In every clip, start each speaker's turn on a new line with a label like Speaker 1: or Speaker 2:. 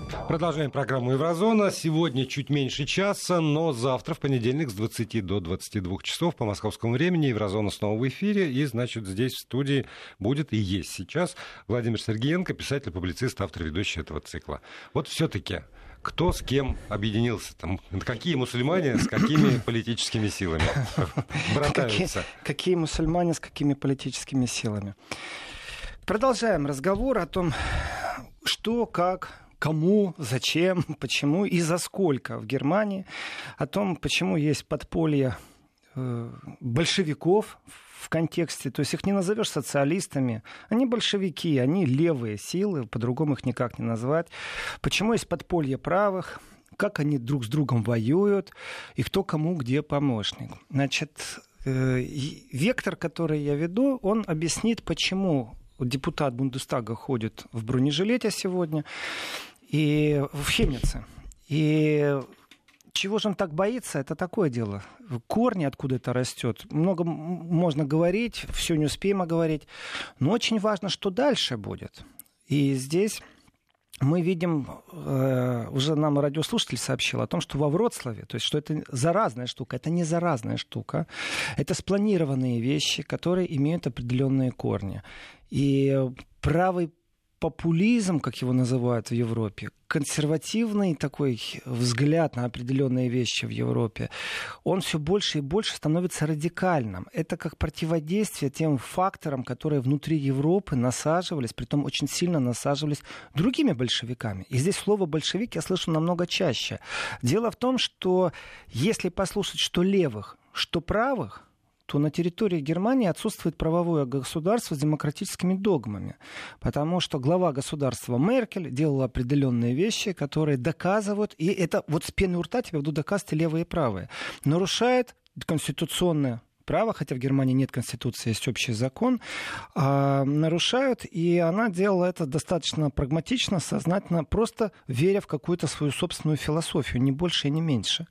Speaker 1: Продолжаем программу «Еврозона». Сегодня чуть меньше часа, но завтра, в понедельник, с 20 до 22 часов по московскому времени «Еврозона» снова в эфире. И, значит, здесь в студии будет и есть сейчас Владимир Сергеенко, писатель, публицист, автор, ведущий этого цикла. Вот все-таки кто с кем объединился? Там, какие мусульмане с какими политическими силами братаются?
Speaker 2: Какие мусульмане с какими политическими силами? Продолжаем разговор о том, что, как, кому, зачем, почему и за сколько в Германии, о том, почему есть подполье большевиков в контексте, то есть их не назовешь социалистами, они большевики, они левые силы, по-другому их никак не назвать. Почему есть подполье правых, как они друг с другом воюют и кто кому где помощник. Значит, вектор, который я веду, он объяснит, почему депутат Бундестага ходит в бронежилете сегодня и в Хемнице. И чего же он так боится, это такое дело. Корни откуда это растет. Много можно говорить, все не успеем оговорить. Но очень важно, что дальше будет. И здесь мы видим, уже нам радиослушатель сообщил о том, что во Вроцлаве, то есть что это заразная штука, это не заразная штука, это спланированные вещи, которые имеют определенные корни. И правый популизм, как его называют в Европе, консервативный такой взгляд на определенные вещи в Европе, он все больше и больше становится радикальным. Это как противодействие тем факторам, которые внутри Европы насаживались, притом очень сильно насаживались другими большевиками. И здесь слово «большевик» я слышу намного чаще. Дело в том, что если послушать что левых, что правых, то на территории Германии отсутствует правовое государство с демократическими догмами. Потому что глава государства Меркель делала определенные вещи, которые доказывают, и это вот с пены у рта тебе будут доказывать и левые и правые, нарушает конституционное право, хотя в Германии нет конституции, есть общий закон, нарушают, и она делала это достаточно прагматично, сознательно, просто веря в какую-то свою собственную философию, ни больше и не меньше.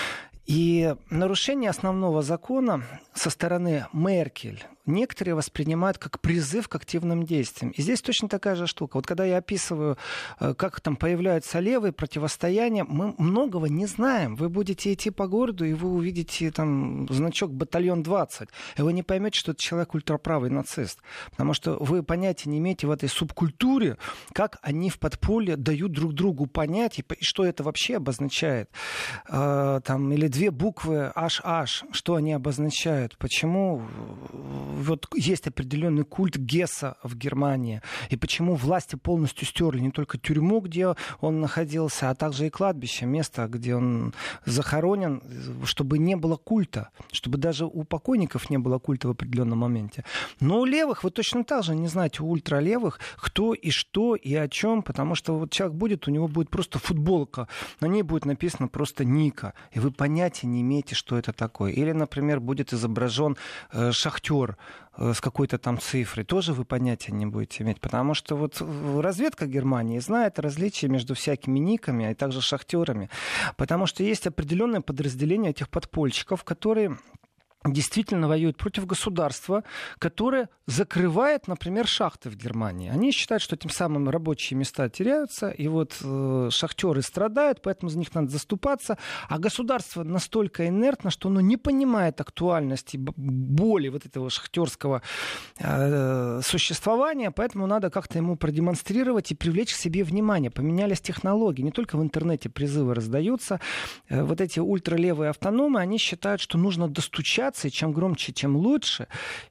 Speaker 2: И нарушение основного закона со стороны Меркель некоторые воспринимают как призыв к активным действиям. И здесь точно такая же штука. Вот когда я описываю, как там появляются левые противостояния, мы многого не знаем. Вы будете идти по городу, и вы увидите там значок «Батальон 20», и вы не поймете, что это человек ультраправый нацист. Потому что вы понятия не имеете в этой субкультуре, как они в подполье дают друг другу понять, и что это вообще обозначает. Там, или две буквы HH, что они обозначают, почему вот есть определенный культ Гесса в Германии, и почему власти полностью стерли не только тюрьму, где он находился, а также и кладбище, место, где он захоронен, чтобы не было культа, чтобы даже у покойников не было культа в определенном моменте. Но у левых вы точно так же не знаете, у ультралевых, кто и что и о чем, потому что вот человек будет, у него будет просто футболка, на ней будет написано просто Ника, и вы понятия не имеете, что это такое. Или, например, будет изображен шахтер с какой-то там цифрой. Тоже вы понятия не будете иметь. Потому что вот разведка Германии знает различия между всякими никами, а также шахтерами. Потому что есть определенное подразделение этих подпольщиков, которые действительно воюют против государства, которое закрывает, например, шахты в Германии. Они считают, что тем самым рабочие места теряются, и вот шахтеры страдают, поэтому за них надо заступаться, а государство настолько инертно, что оно не понимает актуальности боли вот этого шахтерского существования, поэтому надо как-то ему продемонстрировать и привлечь к себе внимание. Поменялись технологии, не только в интернете призывы раздаются. Вот эти ультралевые автономы, они считают, что нужно достучаться, и чем громче, тем лучше.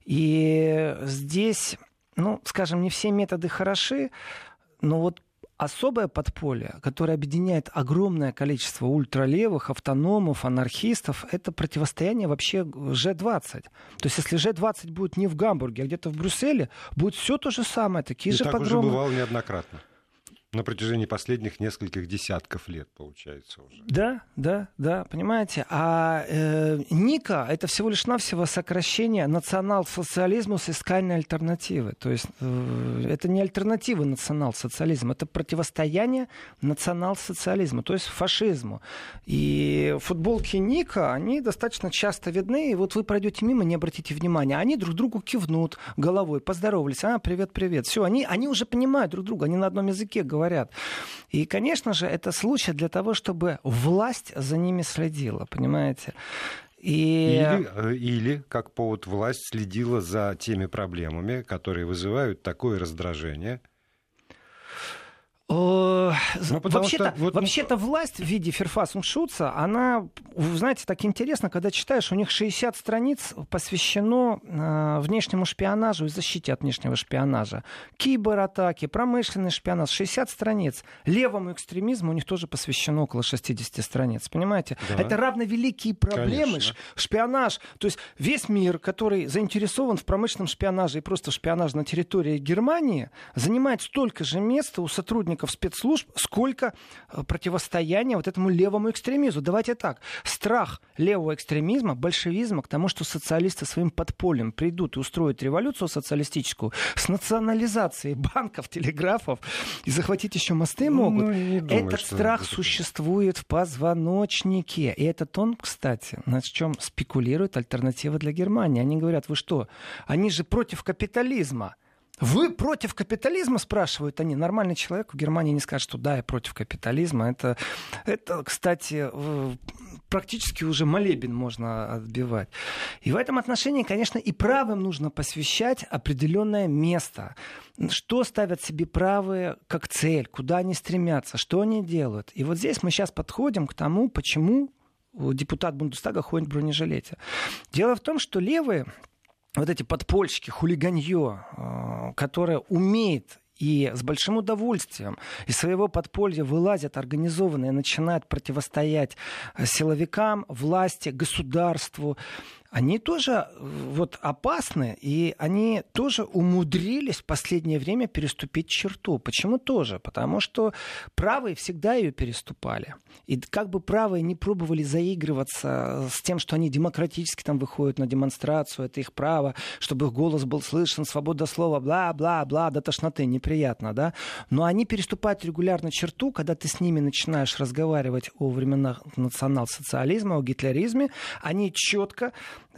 Speaker 2: И здесь, скажем, не все методы хороши, но вот особое подполье, которое объединяет огромное количество ультралевых, автономов, анархистов, это противостояние вообще G20. То есть если G20 будет не в Гамбурге, а где-то в Брюсселе, будет все то же самое, такие же погромы.
Speaker 1: И так уже бывало неоднократно. На протяжении последних нескольких десятков лет, получается, уже.
Speaker 2: Да, понимаете. А Ника — это всего лишь навсего сокращение национал-социализму с искальной альтернативы. То есть это не альтернатива национал-социализму, это противостояние национал-социализму, то есть фашизму. И футболки Ника, они достаточно часто видны, и вот вы пройдете мимо, не обратите внимания, они друг другу кивнут головой, поздоровались, привет. Все, они уже понимают друг друга, они на одном языке говорят. говорят. И, конечно же, это случай для того, чтобы власть за ними следила, понимаете?
Speaker 1: Или, как повод, власть следила за теми проблемами, которые вызывают такое раздражение.
Speaker 2: Вообще-то власть в виде Ферфасунг-Шутца, она, знаете, так интересно, когда читаешь, у них 60 страниц посвящено внешнему шпионажу и защите от внешнего шпионажа. Кибератаки, промышленный шпионаж, 60 страниц. Левому экстремизму у них тоже посвящено около 60 страниц, понимаете? Да. Это равно великие проблемы. Шпионаж, то есть весь мир, который заинтересован в промышленном шпионаже и просто шпионаже на территории Германии, занимает столько же места у сотрудников спецслужб, сколько противостояния вот этому левому экстремизму. Давайте так. Страх левого экстремизма, большевизма к тому, что социалисты своим подпольем придут и устроят революцию социалистическую с национализацией банков, телеграфов и захватить еще мосты могут. Этот страх существует в позвоночнике. И этот он, кстати, на чем спекулирует альтернатива для Германии. Они говорят, вы что? Они же против капитализма. Вы против капитализма, спрашивают они. Нормальный человек в Германии не скажет, что да, я против капитализма. Это, кстати, практически уже молебен можно отбивать. И в этом отношении, конечно, и правым нужно посвящать определенное место. Что ставят себе правые как цель, куда они стремятся, что они делают. И вот здесь мы сейчас подходим к тому, почему депутат Бундестага ходит в бронежилете. Дело в том, что левые, вот эти подпольщики, хулиганье, которое умеет и с большим удовольствием из своего подполья вылазят организованно и начинают противостоять силовикам, власти, государству, они тоже вот опасны, и они тоже умудрились в последнее время переступить черту. Почему тоже? Потому что правые всегда ее переступали. И как бы правые не пробовали заигрываться с тем, что они демократически там выходят на демонстрацию, это их право, чтобы их голос был слышен, свобода слова, бла-бла-бла, до тошноты, неприятно, да? Но они переступают регулярно черту, когда ты с ними начинаешь разговаривать о временах национал-социализма, о гитлеризме, они четко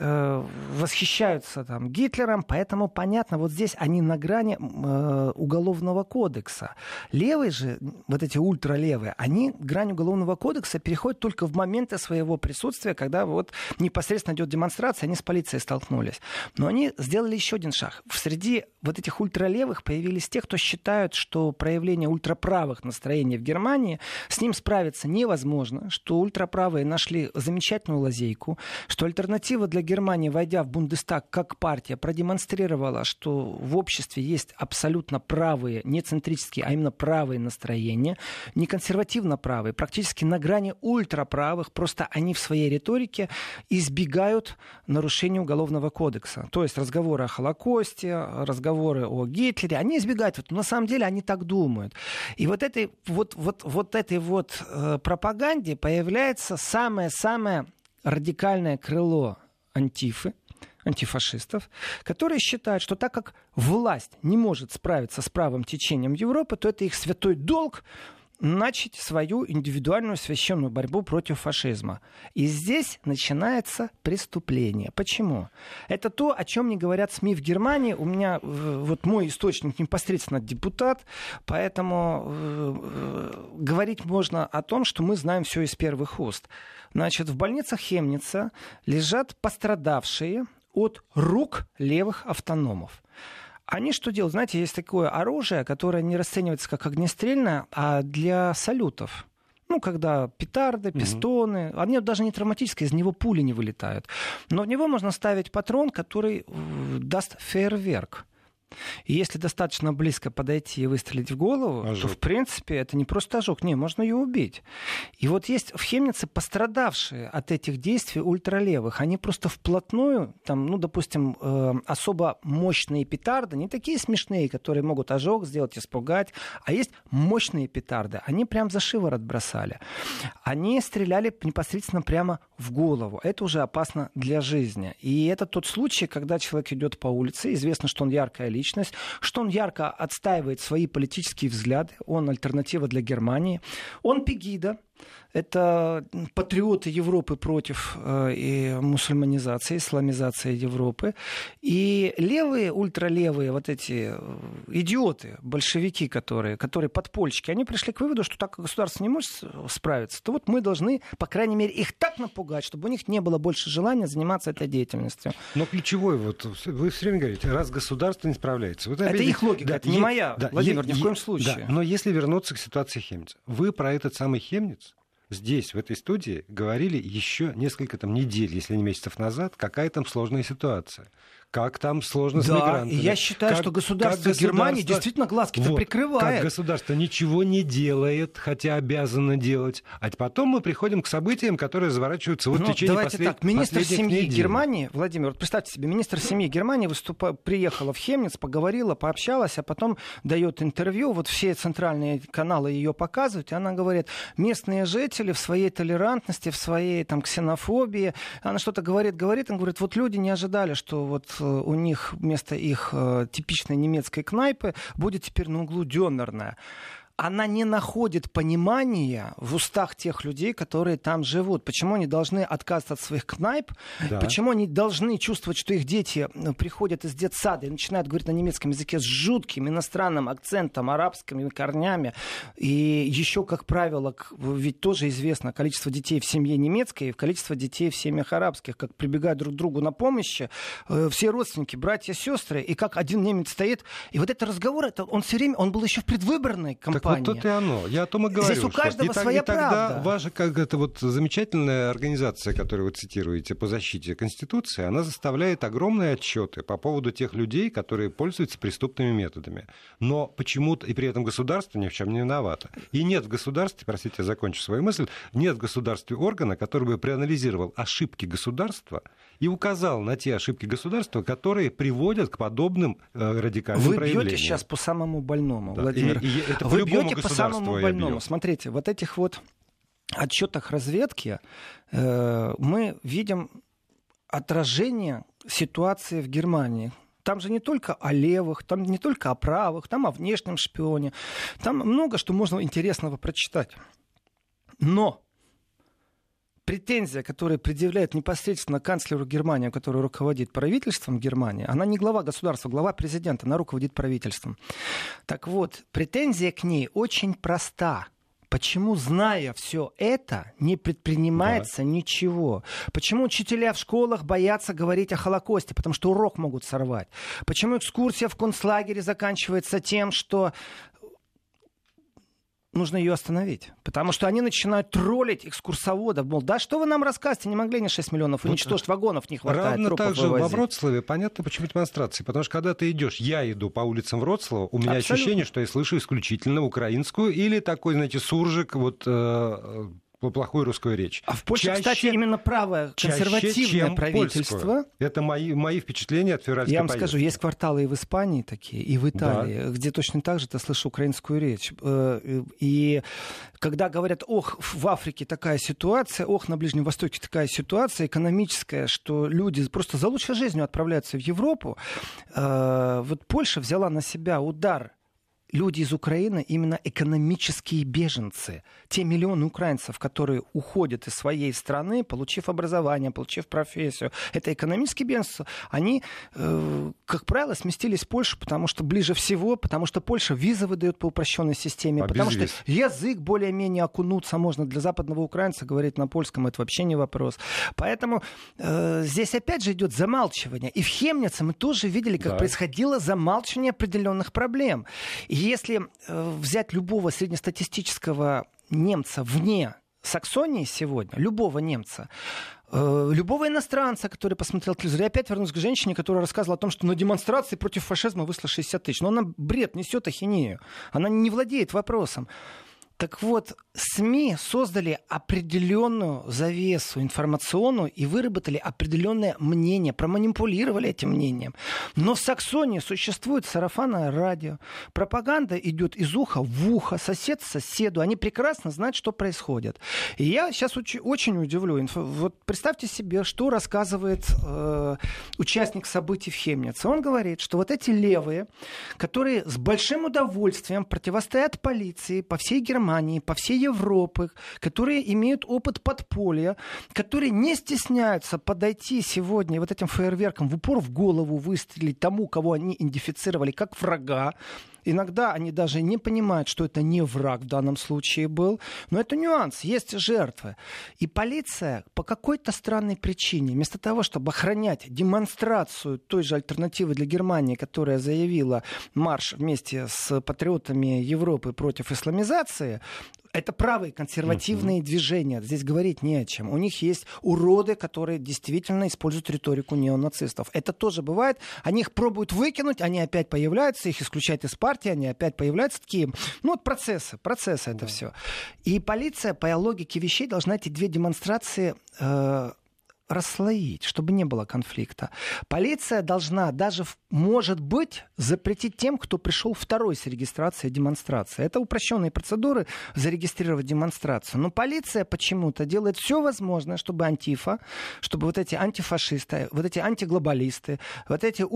Speaker 2: восхищаются там Гитлером, поэтому понятно, вот здесь они на грани уголовного кодекса. Левые же, вот эти ультралевые, они грань уголовного кодекса переходят только в моменты своего присутствия, когда вот непосредственно идет демонстрация, они с полицией столкнулись. Но они сделали еще один шаг. Среди вот этих ультралевых появились те, кто считают, что проявление ультраправых настроений в Германии с ним справиться невозможно, что ультраправые нашли замечательную лазейку, что альтернатива для Германия, войдя в Бундестаг как партия, продемонстрировала, что в обществе есть абсолютно правые, не центрические, а именно правые настроения, не консервативно правые, практически на грани ультраправых, просто они в своей риторике избегают нарушения уголовного кодекса. То есть разговоры о Холокосте, разговоры о Гитлере, они избегают. Вот, на самом деле они так думают. И вот этой пропаганде появляется самое-самое радикальное крыло антифы, антифашистов, которые считают, что так как власть не может справиться с правым течением Европы, то это их святой долг начать свою индивидуальную священную борьбу против фашизма. И здесь начинается преступление. Почему? Это то, о чем не говорят СМИ в Германии. У меня вот мой источник непосредственно депутат, поэтому говорить можно о том, что мы знаем все из первых уст. Значит, в больницах Хемница лежат пострадавшие от рук левых автономов. Они что делают? Знаете, есть такое оружие, которое не расценивается как огнестрельное, а для салютов. Ну, когда петарды, пистоны, они даже не травматические, из него пули не вылетают. Но в него можно ставить патрон, который даст фейерверк. И если достаточно близко подойти и выстрелить в голову, то, в принципе, это не просто ожог. Не, можно ее убить. И вот есть в Хемнице пострадавшие от этих действий ультралевых. Они просто вплотную, там, ну, допустим, особо мощные петарды, не такие смешные, которые могут ожог сделать, испугать, а есть мощные петарды. Они прям за шиворот бросали. Они стреляли непосредственно прямо в голову. Это уже опасно для жизни. И это тот случай, когда человек идет по улице, известно, что он яркая личность, что он ярко отстаивает свои политические взгляды, он альтернатива для Германии, он пегида, Это патриоты Европы против и мусульманизации, исламизации Европы. И левые, ультралевые, вот эти идиоты, большевики, которые подпольщики, они пришли к выводу, что так как государство не может справиться, то вот мы должны, по крайней мере, их так напугать, чтобы у них не было больше желания заниматься этой деятельностью.
Speaker 1: Но ключевой, вот вы все время говорите, раз государство не справляется. Вот
Speaker 2: это их логика, да, это не моя, да, Владимир, ни в коем случае.
Speaker 1: Да, но если вернуться к ситуации Хемниц, вы про этот самый Хемниц здесь, в этой студии, говорили еще несколько недель, если не месяцев назад, какая там сложная ситуация. Как там сложно с мигрантами.
Speaker 2: Я считаю, что государство Германии действительно глазки-то прикрывает.
Speaker 1: Как государство ничего не делает, хотя обязано делать. А потом мы приходим к событиям, которые заворачиваются в течение последних недель.
Speaker 2: Министр семьи Германии, Владимир, вот представьте себе, министр семьи Германии приехала в Хемниц, поговорила, пообщалась, а потом дает интервью, вот все центральные каналы ее показывают, и она говорит, местные жители в своей толерантности, в своей ксенофобии, она что-то говорит, он говорит, вот люди не ожидали, что вот у них вместо их типичной немецкой кнайпы будет теперь на углу дёнерная. Она не находит понимания в устах тех людей, которые там живут. Почему они должны отказываться от своих кнайп? Да. Почему они должны чувствовать, что их дети приходят из детсада и начинают говорить на немецком языке с жутким иностранным акцентом, арабскими корнями. И еще, как правило, ведь тоже известно количество детей в семье немецкой и количество детей в семьях арабских, как прибегают друг к другу на помощь все родственники, братья, сестры, и как один немец стоит. И вот этот разговор, он все время, он был еще в предвыборной кампании.
Speaker 1: Вот тут и оно. Я о том и говорю.
Speaker 2: Здесь у каждого своя правда.
Speaker 1: Тогда ваша замечательная организация, которую вы цитируете по защите Конституции, она заставляет огромные отчеты по поводу тех людей, которые пользуются преступными методами. Но почему-то, и при этом государство ни в чем не виновато. И нет в государстве, простите, я закончу свою мысль, нет в государстве органа, который бы проанализировал ошибки государства и указал на те ошибки государства, которые приводят к подобным радикальным проявлениям.
Speaker 2: Вы бьете сейчас по самому больному, да. Владимир. Вы бьете по самому больному. Смотрите, вот этих вот отчетах разведки мы видим отражение ситуации в Германии. Там же не только о левых, там не только о правых, там о внешнем шпионе. Там много что можно интересного прочитать. Но претензия, которую предъявляет непосредственно канцлеру Германии, который руководит правительством Германии, она не глава государства, глава президента, она руководит правительством. Так вот, претензия к ней очень проста. Почему, зная все это, не предпринимается ничего? Почему учителя в школах боятся говорить о Холокосте? Потому что урок могут сорвать. Почему экскурсия в концлагере заканчивается тем, что нужно ее остановить? Потому что они начинают троллить экскурсоводов. Мол, да что вы нам рассказываете? Не могли не 6 миллионов уничтожить, вагонов не хватает,
Speaker 1: равно
Speaker 2: трупов
Speaker 1: так же
Speaker 2: вывозить.
Speaker 1: во Вроцлаве понятно, почему демонстрации. Потому что когда ты идешь, я иду по улицам Вроцлава, у меня ощущение, что я слышу исключительно украинскую или такой, знаете, суржик, плохую русскую речь.
Speaker 2: А в Польше, кстати, именно правое, консервативное правительство.
Speaker 1: Польскую. Это мои впечатления от февральской поездки.
Speaker 2: Я вам скажу, есть кварталы и в Испании такие, и в Италии, где точно так же ты слышишь украинскую речь. И когда говорят, ох, в Африке такая ситуация, ох, на Ближнем Востоке такая ситуация экономическая, что люди просто за лучшей жизнью отправляются в Европу, вот Польша взяла на себя удар. Люди из Украины именно экономические беженцы. Те миллионы украинцев, которые уходят из своей страны, получив образование, получив профессию. Это экономические беженцы. Они, как правило, сместились в Польшу, потому что ближе всего, потому что Польша визы выдает по упрощенной системе, потому что язык более-менее окунуться можно. Для западного украинца говорить на польском — это вообще не вопрос. Поэтому здесь опять же идет замалчивание. И в Хемнице мы тоже видели, как происходило замалчивание определенных проблем. Если взять любого среднестатистического немца вне Саксонии сегодня, любого немца, любого иностранца, который посмотрел телевизор, я опять вернусь к женщине, которая рассказывала о том, что на демонстрации против фашизма вышло 60 тысяч. Но она бред несет, ахинею. Она не владеет вопросом. Так вот, СМИ создали определенную завесу информационную и выработали определенное мнение, проманипулировали этим мнением. Но в Саксонии существует сарафанное радио. Пропаганда идет из уха в ухо, сосед соседу. Они прекрасно знают, что происходит. И я сейчас очень удивлю. Вот представьте себе, что рассказывает участник событий в Хемнице. Он говорит, что вот эти левые, которые с большим удовольствием противостоят полиции по всей Германии, Германии, по всей Европе, которые имеют опыт подполья, которые не стесняются подойти сегодня вот этим фейерверком в упор в голову выстрелить тому, кого они идентифицировали как врага. Иногда они даже не понимают, что это не враг в данном случае был. Но это нюанс. Есть жертвы. И полиция по какой-то странной причине, вместо того, чтобы охранять демонстрацию той же альтернативы для Германии, которая заявила марш вместе с патриотами Европы против исламизации, это правые консервативные движения. Здесь говорить не о чем. У них есть уроды, которые действительно используют риторику неонацистов. Это тоже бывает. Они их пробуют выкинуть, они опять появляются, их исключают из партии, они опять появляются. Такие, процессы это все. И полиция, по логике вещей, должна эти две демонстрации расслоить, чтобы не было конфликта. Полиция должна даже, может быть, запретить тем, кто пришел второй с регистрацией демонстрации. Это упрощенные процедуры зарегистрировать демонстрацию. Но полиция почему-то делает все возможное, чтобы антифа, чтобы вот эти антифашисты, вот эти антиглобалисты, вот эти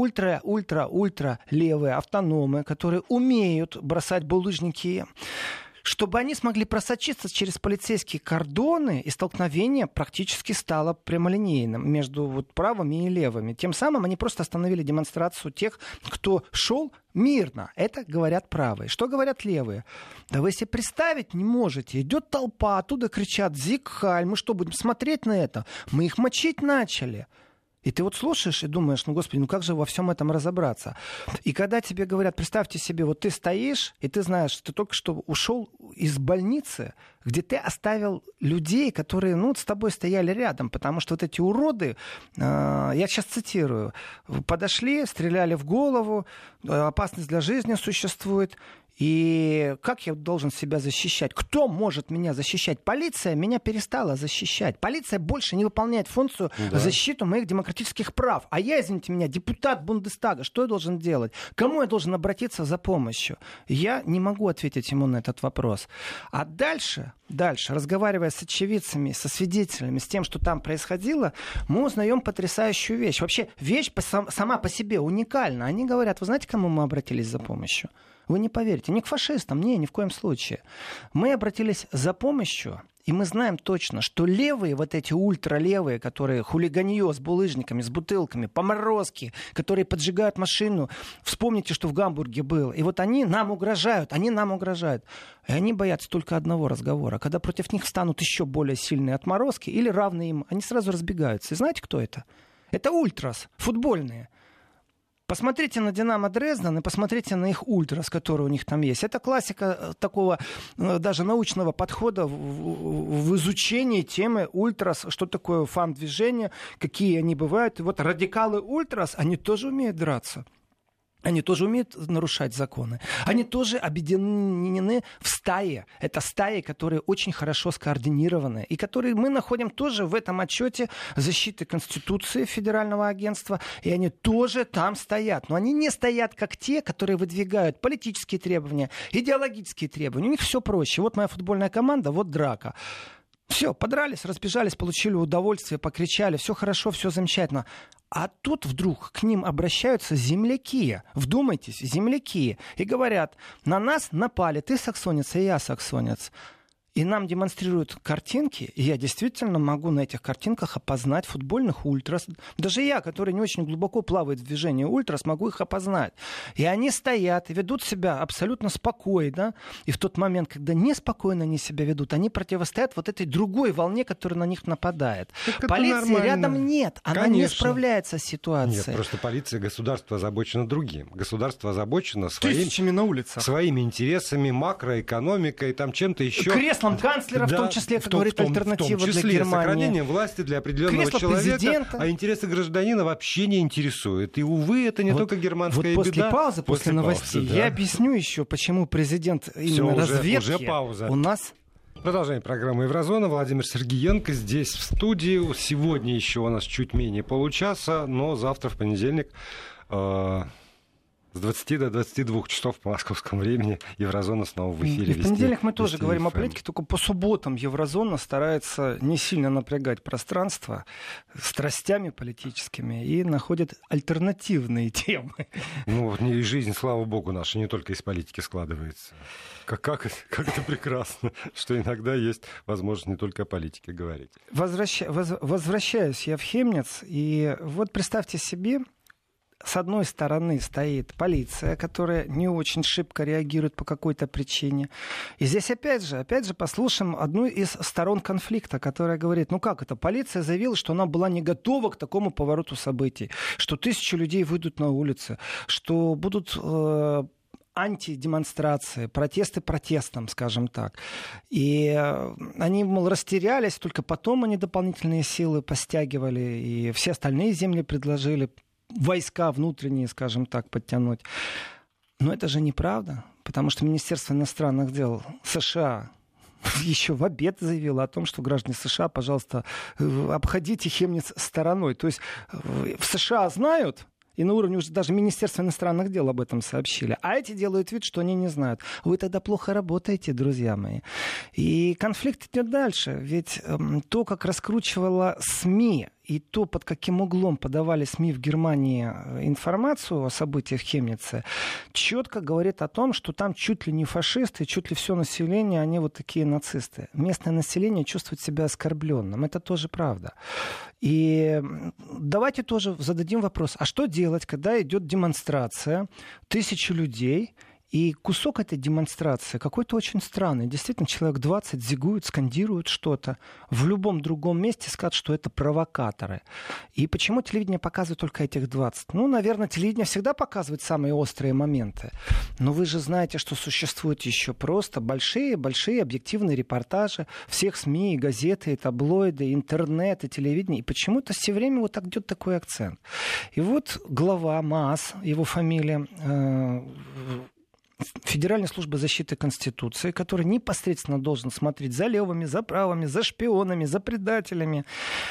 Speaker 2: ультра левые автономы, которые умеют бросать булыжники, чтобы они смогли просочиться через полицейские кордоны, и столкновение практически стало прямолинейным между правыми и левыми. Тем самым они просто остановили демонстрацию тех, кто шел мирно. Это говорят правые. Что говорят левые? Да вы себе представить не можете. Идет толпа, оттуда кричат «Зиг Хайль». Мы что, будем смотреть на это? Мы их мочить начали. И ты слушаешь и думаешь, господи, как же во всем этом разобраться? И когда тебе говорят, представьте себе, ты стоишь, и ты знаешь, что ты только что ушел из больницы, где ты оставил людей, которые, с тобой стояли рядом, потому что эти уроды, я сейчас цитирую, подошли, стреляли в голову, опасность для жизни существует. И как я должен себя защищать? Кто может меня защищать? Полиция меня перестала защищать. Полиция больше не выполняет функцию защиты моих демократических прав. А я, извините меня, депутат Бундестага. Что я должен делать? Кому я должен обратиться за помощью? Я не могу ответить ему на этот вопрос. А дальше, разговаривая с очевидцами, со свидетелями, с тем, что там происходило, мы узнаем потрясающую вещь. Вообще, вещь сама по себе уникальна. Они говорят, вы знаете, к кому мы обратились за помощью? Вы не поверите, не к фашистам, ни в коем случае. Мы обратились за помощью, и мы знаем точно, что левые, эти ультралевые, которые хулиганье с булыжниками, с бутылками, поморозки, которые поджигают машину, вспомните, что в Гамбурге было. И они нам угрожают. И они боятся только одного разговора. Когда против них встанут еще более сильные отморозки или равные им, они сразу разбегаются. И знаете, кто это? Это ультрас, футбольные. Посмотрите на «Динамо» Дрезден и посмотрите на их ультрас, которые у них там есть. Это классика такого даже научного подхода в изучении темы ультрас, что такое фан-движение, какие они бывают. И радикалы ультрас, они тоже умеют драться. Они тоже умеют нарушать законы. Они тоже объединены в стаи. Это стаи, которые очень хорошо скоординированы. И которые мы находим тоже в этом отчете защиты Конституции Федерального агентства. И они тоже там стоят. Но они не стоят как те, которые выдвигают политические требования, идеологические требования. У них все проще. Моя футбольная команда, драка. Все, подрались, разбежались, получили удовольствие, покричали. Все хорошо, все замечательно. А тут вдруг к ним обращаются земляки. Вдумайтесь, земляки. И говорят, на нас напали, ты саксонец, и я саксонец. И нам демонстрируют картинки, и я действительно могу на этих картинках опознать футбольных ультрас. Даже я, который не очень глубоко плавает в движении ультрас, могу их опознать. И они стоят и ведут себя абсолютно спокойно. И в тот момент, когда неспокойно они себя ведут, они противостоят этой другой волне, которая на них нападает. Полиции рядом нет. Она не справляется с ситуацией.
Speaker 1: Нет, просто полиция, государство озабочено другим. Государство озабочено
Speaker 2: тысячами на улицах.
Speaker 1: Своими интересами, макроэкономикой, чем-то еще.
Speaker 2: Креслом канцлера, в том числе, как говорит альтернатива для Германии.
Speaker 1: Сохранением власти для определенного человека, президента. А интересы гражданина вообще не интересуют. И, увы, это не только германская беда.
Speaker 2: После паузы, после новостей, я объясню еще, почему президент именно разведки
Speaker 1: уже пауза.
Speaker 2: У нас...
Speaker 1: Продолжаем программу «Еврозона». Владимир Сергиенко здесь, в студии. Сегодня еще у нас чуть менее получаса, но завтра, в понедельник... С 20 до 22 часов по московскому времени Еврозона снова в эфире.
Speaker 2: В понедельник мы тоже говорим о политике, только по субботам Еврозона старается не сильно напрягать пространство страстями политическими и находит альтернативные темы.
Speaker 1: Ну, вот и жизнь, слава богу, наша не только из политики складывается. Как это прекрасно, что иногда есть возможность не только о политике говорить.
Speaker 2: Возвращаюсь я в Хемниц, и вот представьте себе, с одной стороны стоит полиция, которая не очень шибко реагирует по какой-то причине. И здесь опять же послушаем одну из сторон конфликта, которая говорит, ну как это, полиция заявила, что она была не готова к такому повороту событий, что 1000 людей выйдут на улицы, что будут антидемонстрации, протесты протестом, скажем так. И они, мол, растерялись, только потом они дополнительные силы постягивали, и все остальные земли предложили войска внутренние, скажем так, подтянуть. Но это же неправда, потому что Министерство иностранных дел США еще в обед заявило о том, что граждане США, пожалуйста, обходите Хемниц стороной. То есть в США знают, и на уровне уже даже Министерства иностранных дел об этом сообщили. А эти делают вид, что они не знают. Вы тогда плохо работаете, друзья мои. И конфликт идет дальше. Ведь то, как раскручивала СМИ, и то, под каким углом подавали СМИ в Германии информацию о событиях в Хемнице, четко говорит о том, что там чуть ли не фашисты, чуть ли все население, они вот такие нацисты. Местное население чувствует себя оскорбленным. Это тоже правда. И давайте тоже зададим вопрос, а что делать, когда идет демонстрация, 1000 людей, и кусок этой демонстрации какой-то очень странный. Действительно, человек 20 зигуют, скандируют что-то. В любом другом месте скажут, что это провокаторы. И почему телевидение показывает только этих 20? Ну, наверное, телевидение всегда показывает самые острые моменты. Но вы же знаете, что существуют еще просто большие объективные репортажи всех СМИ, и газеты, и таблоиды, и интернет, и телевидение. И почему-то все время вот так идет такой акцент. И вот глава МААС, его фамилия, Федеральной службы защиты Конституции, который непосредственно должен смотреть за левыми, за правыми, за шпионами, за предателями.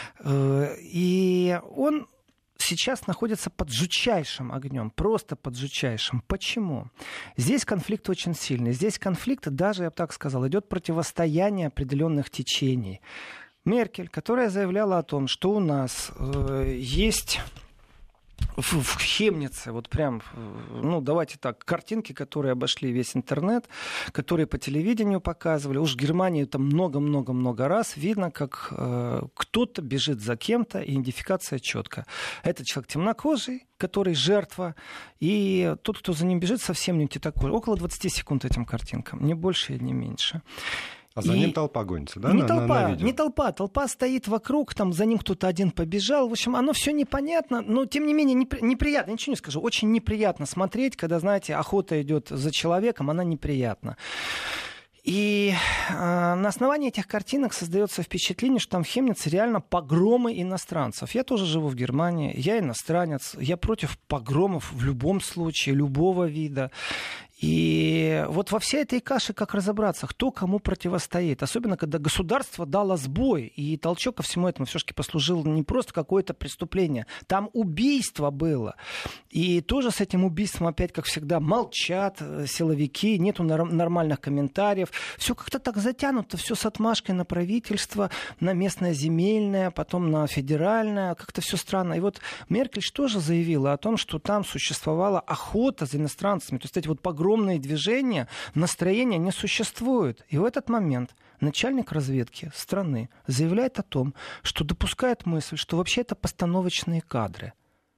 Speaker 2: И он сейчас находится под жутчайшим огнем, просто под жутчайшим. Почему? Здесь конфликт очень сильный. Здесь конфликт, даже, я бы так сказал, идет противостояние определенных течений. Меркель, которая заявляла о том, что у нас есть в Хемнице, вот прям, ну, давайте так, картинки, которые обошли весь интернет, которые по телевидению показывали. Уж в Германии там много-много-много раз видно, как кто-то бежит за кем-то, идентификация четко. Это человек темнокожий, который жертва, и тот, кто за ним бежит, совсем не такой. Около 20 секунд этим картинкам, не больше и не меньше.
Speaker 1: А за ним толпа гонится, да?
Speaker 2: Не толпа стоит вокруг, там за ним кто-то один побежал. В общем, оно все непонятно, но тем не менее неприятно, ничего не скажу. Очень неприятно смотреть, когда, знаете, охота идет за человеком, она неприятна. И на основании этих картинок создается впечатление, что там в Хемнице реально погромы иностранцев. Я тоже живу в Германии, я иностранец, я против погромов в любом случае, любого вида. И вот во всей этой каше как разобраться, кто кому противостоит. Особенно, когда государство дало сбой, и толчок ко всему этому все-таки послужил не просто какое-то преступление. Там убийство было. И тоже с этим убийством опять, как всегда, молчат силовики, нету нормальных комментариев. Все как-то так затянуто, все с отмашкой на правительство, на местное земельное, потом на федеральное. Как-то все странно. И вот Меркель тоже заявила о том, что там существовала охота за иностранцами. То есть эти вот погромы, огромные движения, настроения не существует. И в этот момент начальник разведки страны заявляет о том, что допускает мысль, что вообще это постановочные кадры.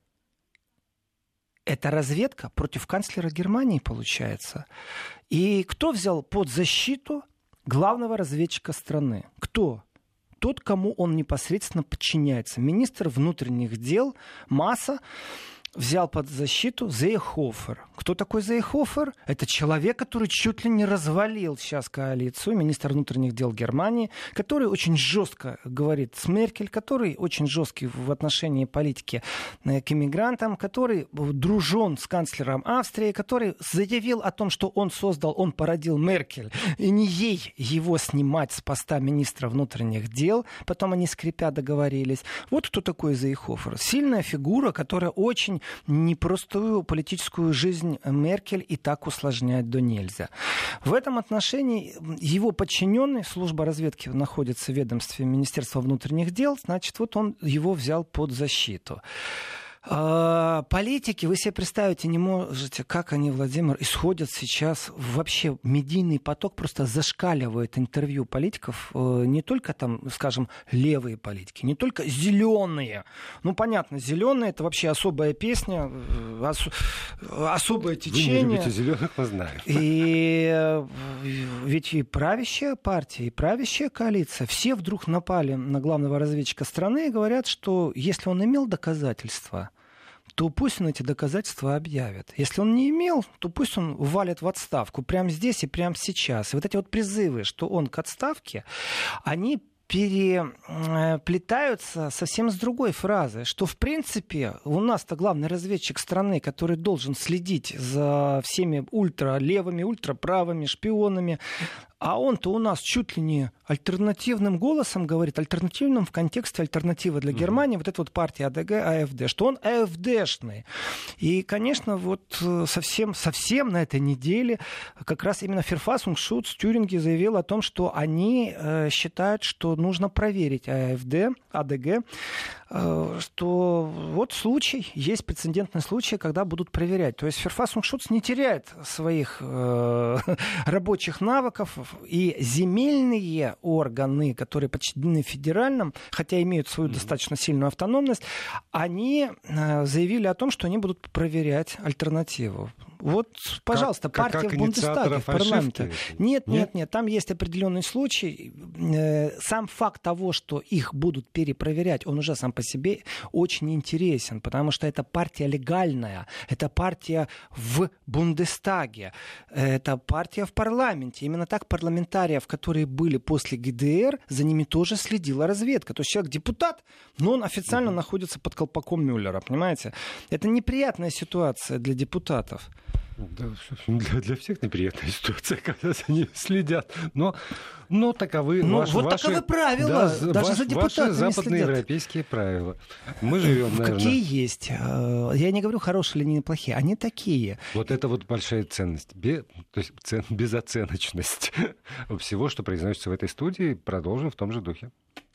Speaker 2: Это разведка против канцлера Германии, получается. И кто взял под защиту главного разведчика страны? Кто? Тот, кому он непосредственно подчиняется. Министр внутренних дел Масса взял под защиту Зейхофер. Кто такой Зейхофер? Это человек, который чуть ли не развалил сейчас коалицию, министр внутренних дел Германии, который очень жестко говорит с Меркель, который очень жесткий в отношении политики к иммигрантам, который дружен с канцлером Австрии, который заявил о том, что он породил Меркель, и не ей его снимать с поста министра внутренних дел. Потом они, скрипя, договорились. Вот кто такой Зейхофер. Сильная фигура, которая очень очень непростую политическую жизнь Меркель и так усложнять до нельзя. В этом отношении его подчиненный, служба разведки находится в ведомстве Министерства внутренних дел, значит, вот он его взял под защиту. Политики, вы себе представить не можете, как они, Владимир, исходят сейчас. Вообще медийный поток просто зашкаливает интервью политиков. Не только там, скажем, левые политики, не только зеленые. Ну, понятно, зеленые — это вообще особая песня, особое течение.
Speaker 1: Вы не любите зеленых, мы знаем.
Speaker 2: И ведь и правящая партия, и правящая коалиция, все вдруг напали на главного разведчика страны и говорят, что если он имел доказательства, то пусть он эти доказательства объявит. Если он не имел, то пусть он валит в отставку прямо здесь и прямо сейчас. И вот эти вот призывы, что он к отставке, они переплетаются совсем с другой фразой, что, в принципе, у нас-то главный разведчик страны, который должен следить за всеми ультралевыми, ультраправыми шпионами, а он-то у нас чуть ли не альтернативным голосом говорит, альтернативным в контексте альтернативы для Германии, вот эта вот партия АДГ, АФД, что он АФДшный. И, конечно, вот совсем на этой неделе как раз именно Verfassungsschutz в Тюринге заявил о том, что они считают, что нужно проверить АФД, АДГ, что вот случай, есть прецедентный случай, когда будут проверять. То есть Verfassungsschutz не теряет своих рабочих навыков, и земельные органы, которые подчинены федеральным, хотя имеют свою достаточно сильную автономность, они заявили о том, что они будут проверять альтернативу. Вот, пожалуйста, партия в Бундестаге, в парламенте. Нет, там есть определенный случай. Сам факт того, что их будут перепроверять, он уже сам по себе очень интересен, потому что это партия легальная, это партия в Бундестаге, это партия в парламенте. Именно так парламентариев, которые были после ГДР, за ними тоже следила разведка. То есть человек депутат, но он официально находится под колпаком Мюллера, понимаете? Это неприятная ситуация для депутатов.
Speaker 1: Да, для всех неприятная ситуация, когда за ними следят. Но таковы
Speaker 2: таковы правила.
Speaker 1: Да,
Speaker 2: даже за депутатами
Speaker 1: ваши западноевропейские правила. Мы живем, наверное...
Speaker 2: Какие есть? Я не говорю, хорошие или неплохие. Они такие.
Speaker 1: Вот это вот большая ценность. То есть безоценочность всего, что произносится в этой студии. Продолжим в том же духе.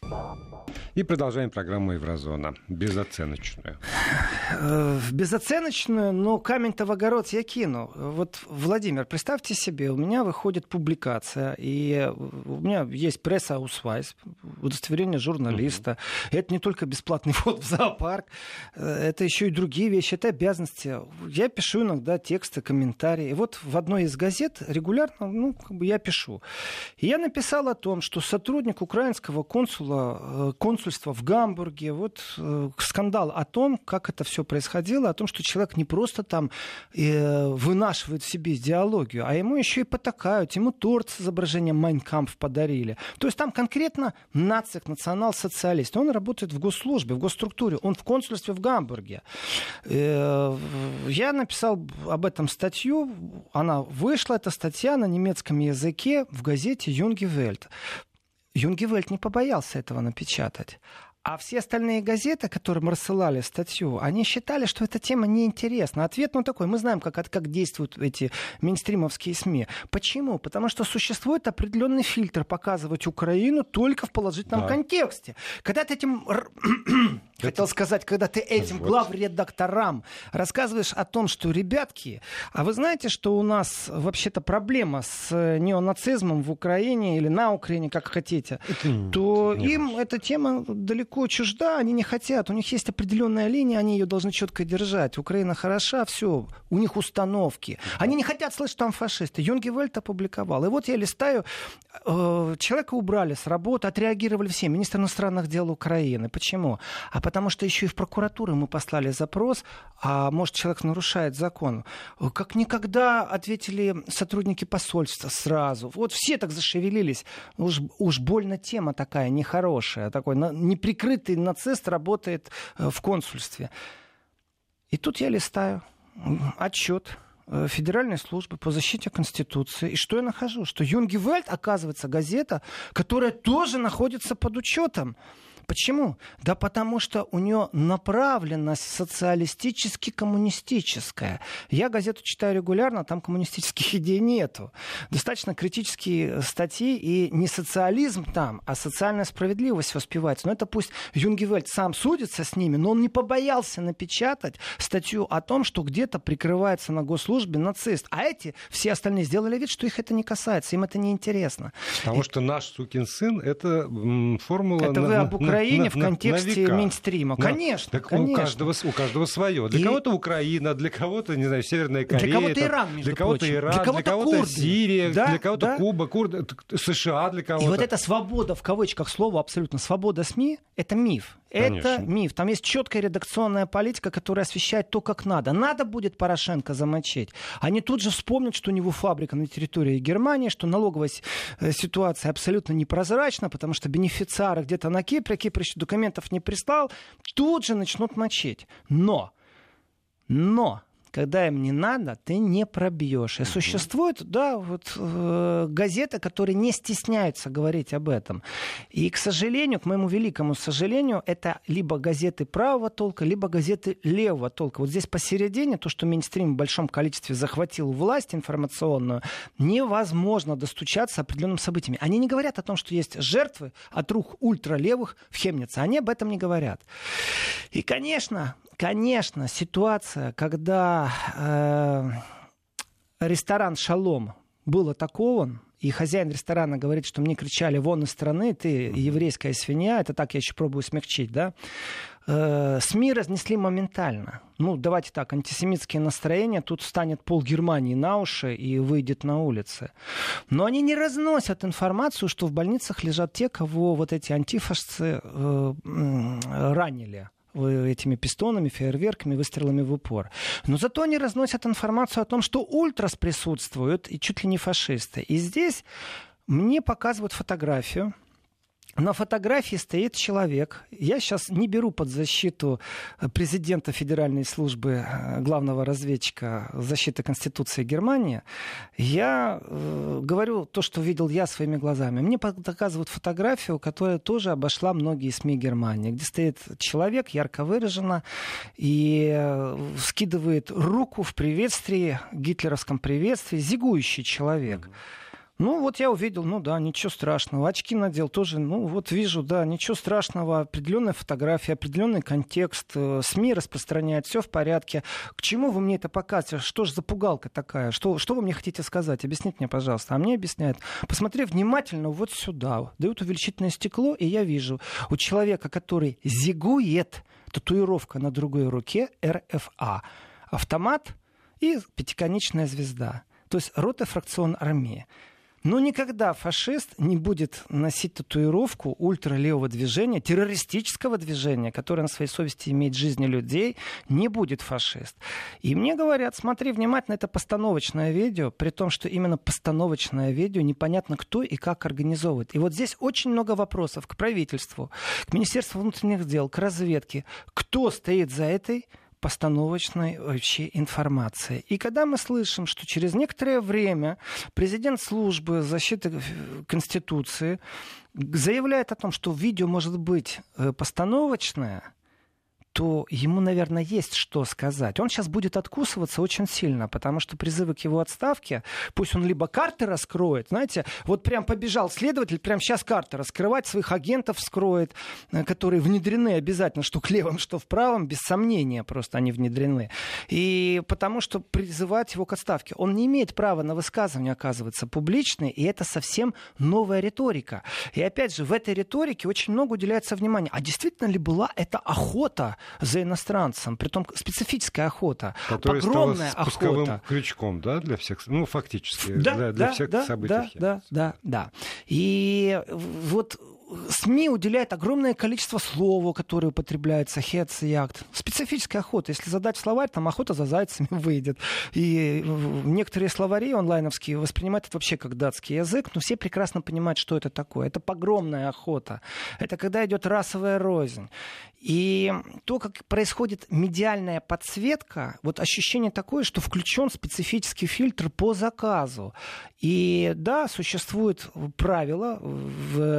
Speaker 1: И продолжаем программу «Еврозона». Безоценочную.
Speaker 2: Безоценочную, но камень-то в огород я кину. Вот, Владимир, представьте себе, у меня выходит публикация, и у меня есть пресс-аусвайс, удостоверение журналиста. Это не только бесплатный вход в зоопарк, это еще и другие вещи, это обязанности. Я пишу иногда тексты, комментарии. И вот в одной из газет регулярно я пишу. И я написал о том, что сотрудник украинского консульства в Гамбурге, вот скандал о том, как это все происходило, о том, что человек не просто там вынашивает в себе идеологию, а ему еще и потакают, ему торт с изображением Mein Kampf подарили. То есть там конкретно нацик, национал-социалист. Он работает в госслужбе, в госструктуре, он в консульстве в Гамбурге. Я написал об этом статью, она вышла, эта статья на немецком языке в газете Junge Welt. Junge Welt не побоялся этого напечатать. А все остальные газеты, которым рассылали статью, они считали, что эта тема неинтересна. Ответ такой. Мы знаем, как действуют эти мейнстримовские СМИ. Почему? Потому что существует определенный фильтр показывать Украину только в положительном контексте. Когда ты этим... Хотел сказать, когда ты этим главредакторам рассказываешь о том, что, ребятки, а вы знаете, что у нас вообще-то проблема с неонацизмом в Украине или на Украине, как хотите, то им эта тема далеко чужда, они не хотят, у них есть определенная линия, они ее должны четко держать. Украина хороша, все, у них установки. Они не хотят слышать, что там фашисты. Junge Welt опубликовал. И вот я листаю, человека убрали с работы, отреагировали все, министр иностранных дел Украины. Почему? Потому что еще и в прокуратуру мы послали запрос, а может, человек нарушает закон. Как никогда ответили сотрудники посольства сразу. Вот все так зашевелились. Уж больно тема такая нехорошая. Такой неприкрытый нацист работает в консульстве. И тут я листаю отчет Федеральной службы по защите Конституции. И что я нахожу? Что Junge Welt, оказывается, газета, которая тоже находится под учетом. Почему? Да потому что у нее направленность социалистически-коммунистическая. Я газету читаю регулярно, там коммунистических идей нету. Достаточно критические статьи, и не социализм там, а социальная справедливость воспевается. Но это пусть Юнгевельт сам судится с ними, но он не побоялся напечатать статью о том, что где-то прикрывается на госслужбе нацист. А эти, все остальные, сделали вид, что их это не касается, им это не интересно.
Speaker 1: Потому что наш сукин сын — это формула...
Speaker 2: Это вы об Украине в контексте мейнстрима. Конечно,
Speaker 1: так
Speaker 2: конечно.
Speaker 1: У каждого свое. Для кого-то Украина, для кого-то, не знаю, Северная Корея.
Speaker 2: Для кого-то Иран, между
Speaker 1: для кого-то
Speaker 2: прочим.
Speaker 1: Иран,
Speaker 2: для кого-то Курды.
Speaker 1: Сирия,
Speaker 2: да,
Speaker 1: для кого-то
Speaker 2: да.
Speaker 1: Куба, США для кого-то.
Speaker 2: И вот эта свобода, в кавычках слово абсолютно, свобода СМИ, это миф.
Speaker 1: Конечно.
Speaker 2: Это миф. Там есть четкая редакционная политика, которая освещает то, как надо. Надо будет Порошенко замочить. Они тут же вспомнят, что у него фабрика на территории Германии, что налоговая ситуация абсолютно непрозрачна, потому что бенефициары где-то на Кипре, Кипр еще документов не прислал, тут же начнут мочить. Но, когда им не надо, ты не пробьешь. И существуют, газеты, которые не стесняются говорить об этом. И, к сожалению, к моему великому сожалению, это либо газеты правого толка, либо газеты левого толка. Вот здесь посередине, то, что мейнстрим в большом количестве захватил власть информационную, невозможно достучаться определенным событиями. Они не говорят о том, что есть жертвы от рук ультралевых в Хемнице. Они об этом не говорят. И, конечно, ситуация, когда ресторан «Шалом» был атакован, и хозяин ресторана говорит, что мне кричали «вон из страны, ты еврейская свинья», это так я еще пробую смягчить, да? СМИ разнесли моментально. Давайте так, антисемитские настроения, тут встанет пол Германии на уши и выйдет на улицы. Но они не разносят информацию, что в больницах лежат те, кого вот эти антифашцы ранили этими пистонами, фейерверками, выстрелами в упор. Но зато они разносят информацию о том, что ультрас присутствуют, и чуть ли не фашисты. И здесь мне показывают фотографию. На фотографии стоит человек. Я сейчас не беру под защиту президента Федеральной службы, главного разведчика защиты Конституции Германии. Я говорю то, что видел я своими глазами. Мне показывают фотографию, которая тоже обошла многие СМИ Германии, где стоит человек, ярко выраженно, и скидывает руку в приветствии, гитлеровском приветствии, зигующий человек. Я увидел, ничего страшного. Очки надел тоже, вижу, ничего страшного. Определенная фотография, определенный контекст. СМИ распространяют, все в порядке. К чему вы мне это показываете? Что же за пугалка такая? Что вы мне хотите сказать? Объясните мне, пожалуйста. А мне объясняют. Посмотри внимательно вот сюда. Дают увеличительное стекло, и я вижу у человека, который зигует, татуировка на другой руке, РФА. Автомат и пятиконечная звезда. То есть рота фракцион армии. Но никогда фашист не будет носить татуировку ультралевого движения, террористического движения, которое на своей совести имеет жизни людей, не будет фашист. И мне говорят, смотри внимательно, это постановочное видео, при том, что именно постановочное видео непонятно кто и как организовывает. И вот здесь очень много вопросов к правительству, к Министерству внутренних дел, к разведке. Кто стоит за этой постановочной вообще информации. И когда мы слышим, что через некоторое время президент службы защиты Конституции заявляет о том, что видео может быть постановочное, то ему, наверное, есть что сказать. Он сейчас будет откусываться очень сильно, потому что призывы к его отставке, пусть он либо карты раскроет, знаете, вот прям побежал следователь, прям сейчас карты раскрывать, своих агентов вскроет, которые внедрены обязательно, что к левым, что в правом, без сомнения просто они внедрены. И потому что призывать его к отставке. Он не имеет права на высказывание, оказывается, публичное, и это совсем новая риторика. И опять же, в этой риторике очень много уделяется внимания. А действительно ли была эта охота за иностранцем, притом специфическая охота,
Speaker 1: которая
Speaker 2: огромная
Speaker 1: стала спусковым
Speaker 2: охота.
Speaker 1: Крючком, для всех, фактически, для всех событий.
Speaker 2: Да. И вот СМИ уделяют огромное количество слов, которые употребляются, хец и акт. Специфическая охота. Если задать словарь, там охота за зайцами выйдет. И некоторые словари онлайновские воспринимают это вообще как датский язык, но все прекрасно понимают, что это такое. Это погромная охота. Это когда идет расовая рознь. И то, как происходит медиальная подсветка, вот ощущение такое, что включен специфический фильтр по заказу. И да, существует правило в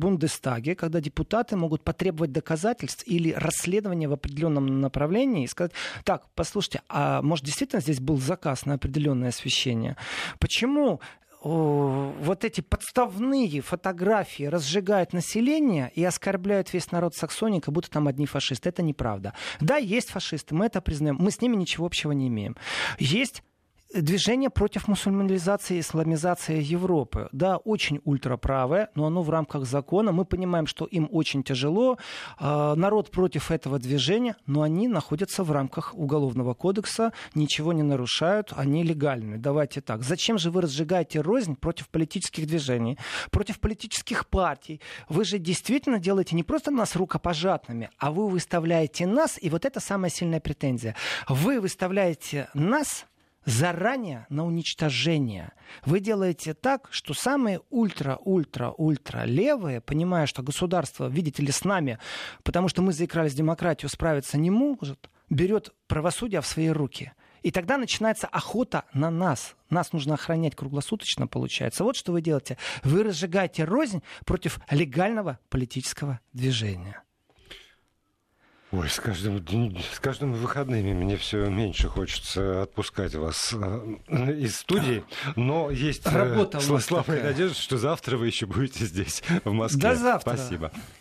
Speaker 2: Бундестаге, когда депутаты могут потребовать доказательств или расследования в определенном направлении и сказать, так, послушайте, а может действительно здесь был заказ на определенное освещение? Почему вот эти подставные фотографии разжигают население и оскорбляют весь народ Саксонии, как будто там одни фашисты? Это неправда. Да, есть фашисты, мы это признаем. Мы с ними ничего общего не имеем. Есть движение против мусульманизации и исламизации Европы. Да, очень ультраправое, но оно в рамках закона. Мы понимаем, что им очень тяжело. Народ против этого движения, но они находятся в рамках Уголовного кодекса, ничего не нарушают, они легальны. Давайте так. Зачем же вы разжигаете рознь против политических движений, против политических партий? Вы же действительно делаете не просто нас рукопожатными, а вы выставляете нас, и вот это самая сильная претензия. Вы выставляете нас заранее на уничтожение. Вы делаете так, что самые ультра левые, понимая, что государство, видите ли, с нами, потому что мы заигрались в демократию, справиться не может, берет правосудие в свои руки. И тогда начинается охота на нас. Нас нужно охранять круглосуточно, получается. Вот что вы делаете. Вы разжигаете рознь против легального политического движения.
Speaker 1: Ой, с каждыми выходными мне все меньше хочется отпускать вас из студии, но есть слабая надежда, что завтра вы еще будете здесь, в Москве.
Speaker 2: До завтра.
Speaker 1: Спасибо.